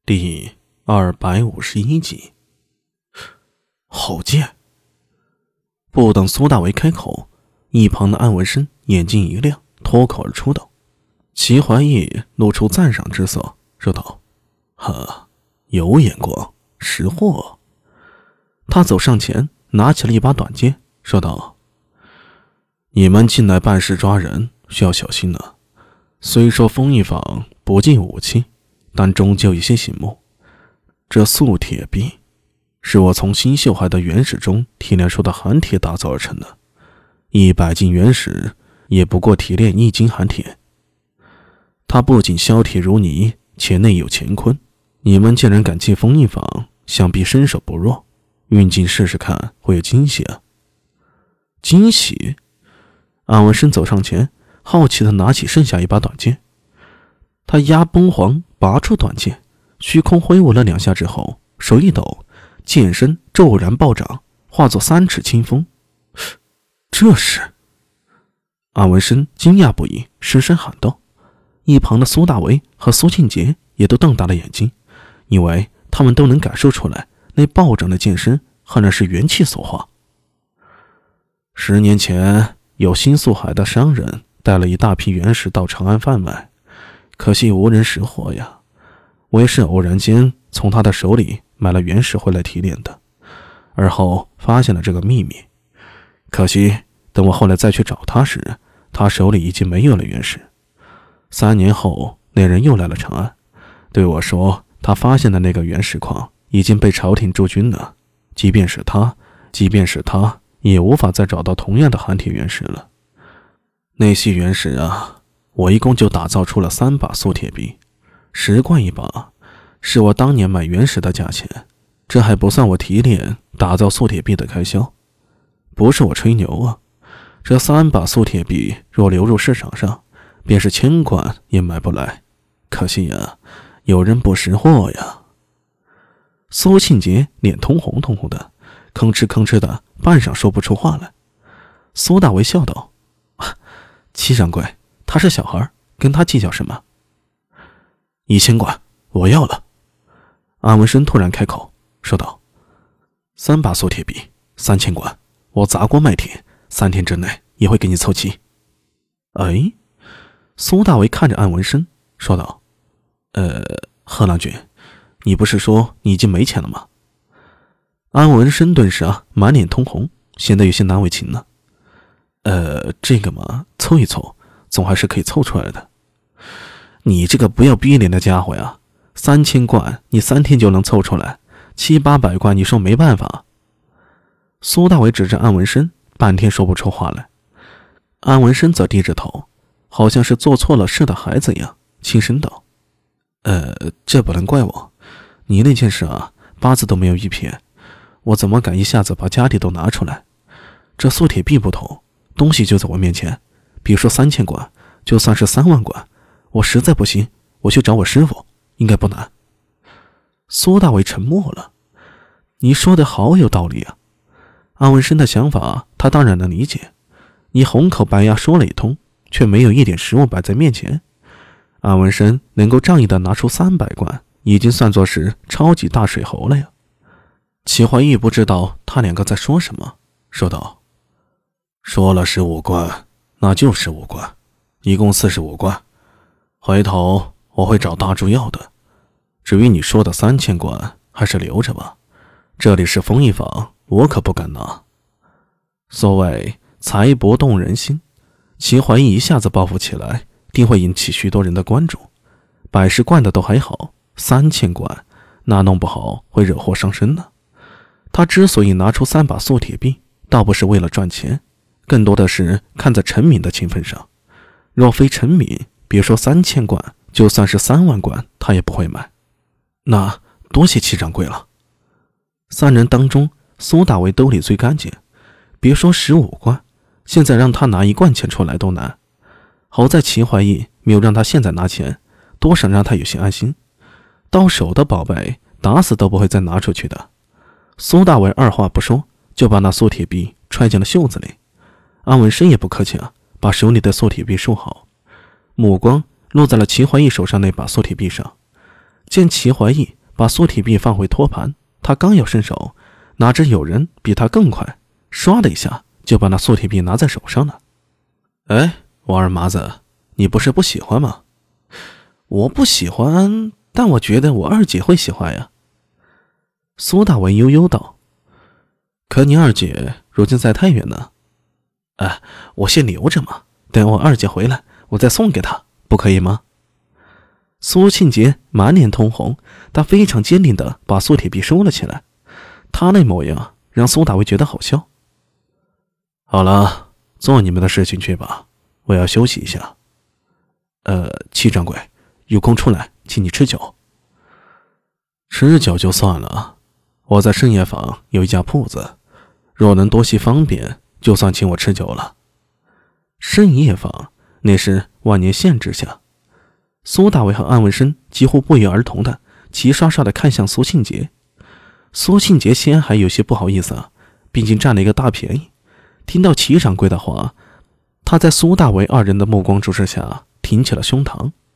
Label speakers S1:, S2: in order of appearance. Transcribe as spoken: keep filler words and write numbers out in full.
S1: 第二百五十一集。好贱！不等苏大为开口，一旁的安文生眼睛一亮，脱口而出道：“齐怀义露出赞赏之色，说道：‘哈，有眼光，识货。’他走上前，拿起了一把短剑，说道：‘你们进来办事抓人，需要小心呢。虽说风一坊不禁武器，但终究一些醒目。这素铁璧是我从新秀海的原石中提炼出的寒铁打造而成的，一百斤原石也不过提炼一斤寒铁。它不仅削铁如泥，且内有乾坤。你们既然敢进风一坊，想必身手不弱，运进试试看，会有惊喜啊！’惊喜？安文生走上前，好奇地拿起剩下一把短剑。他压崩簧，拔出短剑，虚空挥舞了两下之后，手一抖，剑身骤然暴涨，化作三尺清风。这是……安文生惊讶不已，失声喊道。一旁的苏大为和苏庆杰也都瞪大了眼睛，因为他们都能感受出来，那暴涨的剑身赫然是元气所化。十年前，有新宿海的商人带了一大批原石到长安贩卖，可惜无人识货呀。我也是偶然间从他的手里买了原石回来提炼的，而后发现了这个秘密。可惜等我后来再去找他时，他手里已经没有了原石。三年后，那人又来了长安，对我说他发现的那个原石矿已经被朝廷驻军了，即便是他即便是他也无法再找到同样的寒铁原石了。那些原石啊，我一共就打造出了三把素铁璧，十贯一把，是我当年买原石的价钱，这还不算我提炼打造素铁璧的开销。不是我吹牛啊，这三把素铁璧若流入市场上，便是千贯也买不来。可惜呀，有人不识货呀。苏庆杰脸通红通红的，吭哧吭哧的，半晌说不出话来。苏大为笑道：“齐掌柜，他是小孩，跟他计较什么？”一千贯，我要了。安文生突然开口说道：“三把素铁璧，三千贯，我砸锅卖铁，三天之内也会给你凑齐。”哎，苏大为看着安文生说道：“呃，贺郎君，你不是说你已经没钱了吗？”安文生顿时啊，满脸通红，显得有些难为情呢。呃，这个嘛，凑一凑，总还是可以凑出来的。你这个不要逼脸的家伙呀！三千贯你三天就能凑出来，七八百贯你说没办法？苏大伟指着安文生，半天说不出话来。安文生则低着头，好像是做错了事的孩子一样，轻声道：“呃，这不能怪我，你那件事啊，八字都没有一撇，我怎么敢一下子把家底都拿出来？这素铁璧不同，东西就在我面前，比如说三千贯，就算是三万贯，我实在不行，我去找我师傅，应该不难。”苏大伟沉默了。你说的好有道理啊。安文生的想法他当然能理解，你红口白牙说了一通，却没有一点实物摆在面前。安文生能够仗义的拿出三百贯，已经算作是超级大水猴了呀。齐怀义不知道他两个在说什么，说道：“说了十五贯，那就十五贯，一共四十五贯。回头我会找大柱要的。至于你说的三千贯，还是留着吧。这里是风一坊，我可不敢拿。”所谓财帛动人心，齐怀义一下子报复起来，定会引起许多人的关注。百十贯的都还好，三千贯，那弄不好会惹祸上身呢。他之所以拿出三把素铁璧，倒不是为了赚钱，更多的是看在陈敏的情分上。若非陈敏，别说三千贯，就算是三万贯，他也不会买。那多谢齐掌柜了。三人当中，苏大为兜里最干净，别说十五贯，现在让他拿一贯钱出来都难。好在齐怀义没有让他现在拿钱，多少让他有些安心。到手的宝贝，打死都不会再拿出去的。苏大为二话不说，就把那素铁璧揣进了袖子里。安文生也不客气啊，把手里的素铁璧收好，目光落在了齐怀义手上那把素铁璧上。见齐怀义把苏铁币放回托盘，他刚要伸手，哪知有人比他更快，唰的一下就把那苏铁币拿在手上了。哎，王二麻子，你不是不喜欢吗？我不喜欢，但我觉得我二姐会喜欢呀。苏大为悠悠道。可你二姐如今在太原呢。哎，我先留着嘛，等我二姐回来，我再送给她，不可以吗？苏庆杰满脸通红，他非常坚定地把苏铁币收了起来，他那模样让苏大为觉得好笑。好了，做你们的事情去吧，我要休息一下。呃，戚掌柜，有空出来请你吃酒。吃酒就算了，我在深夜坊有一家铺子，若能多些方便，就算请我吃酒了。深夜坊那是万年县之下，苏大伟和安文生几乎不约而同的齐刷刷的看向苏庆杰。苏庆杰先还有些不好意思啊，毕竟占了一个大便宜。听到齐掌柜的话，他在苏大伟二人的目光注视下挺起了胸膛。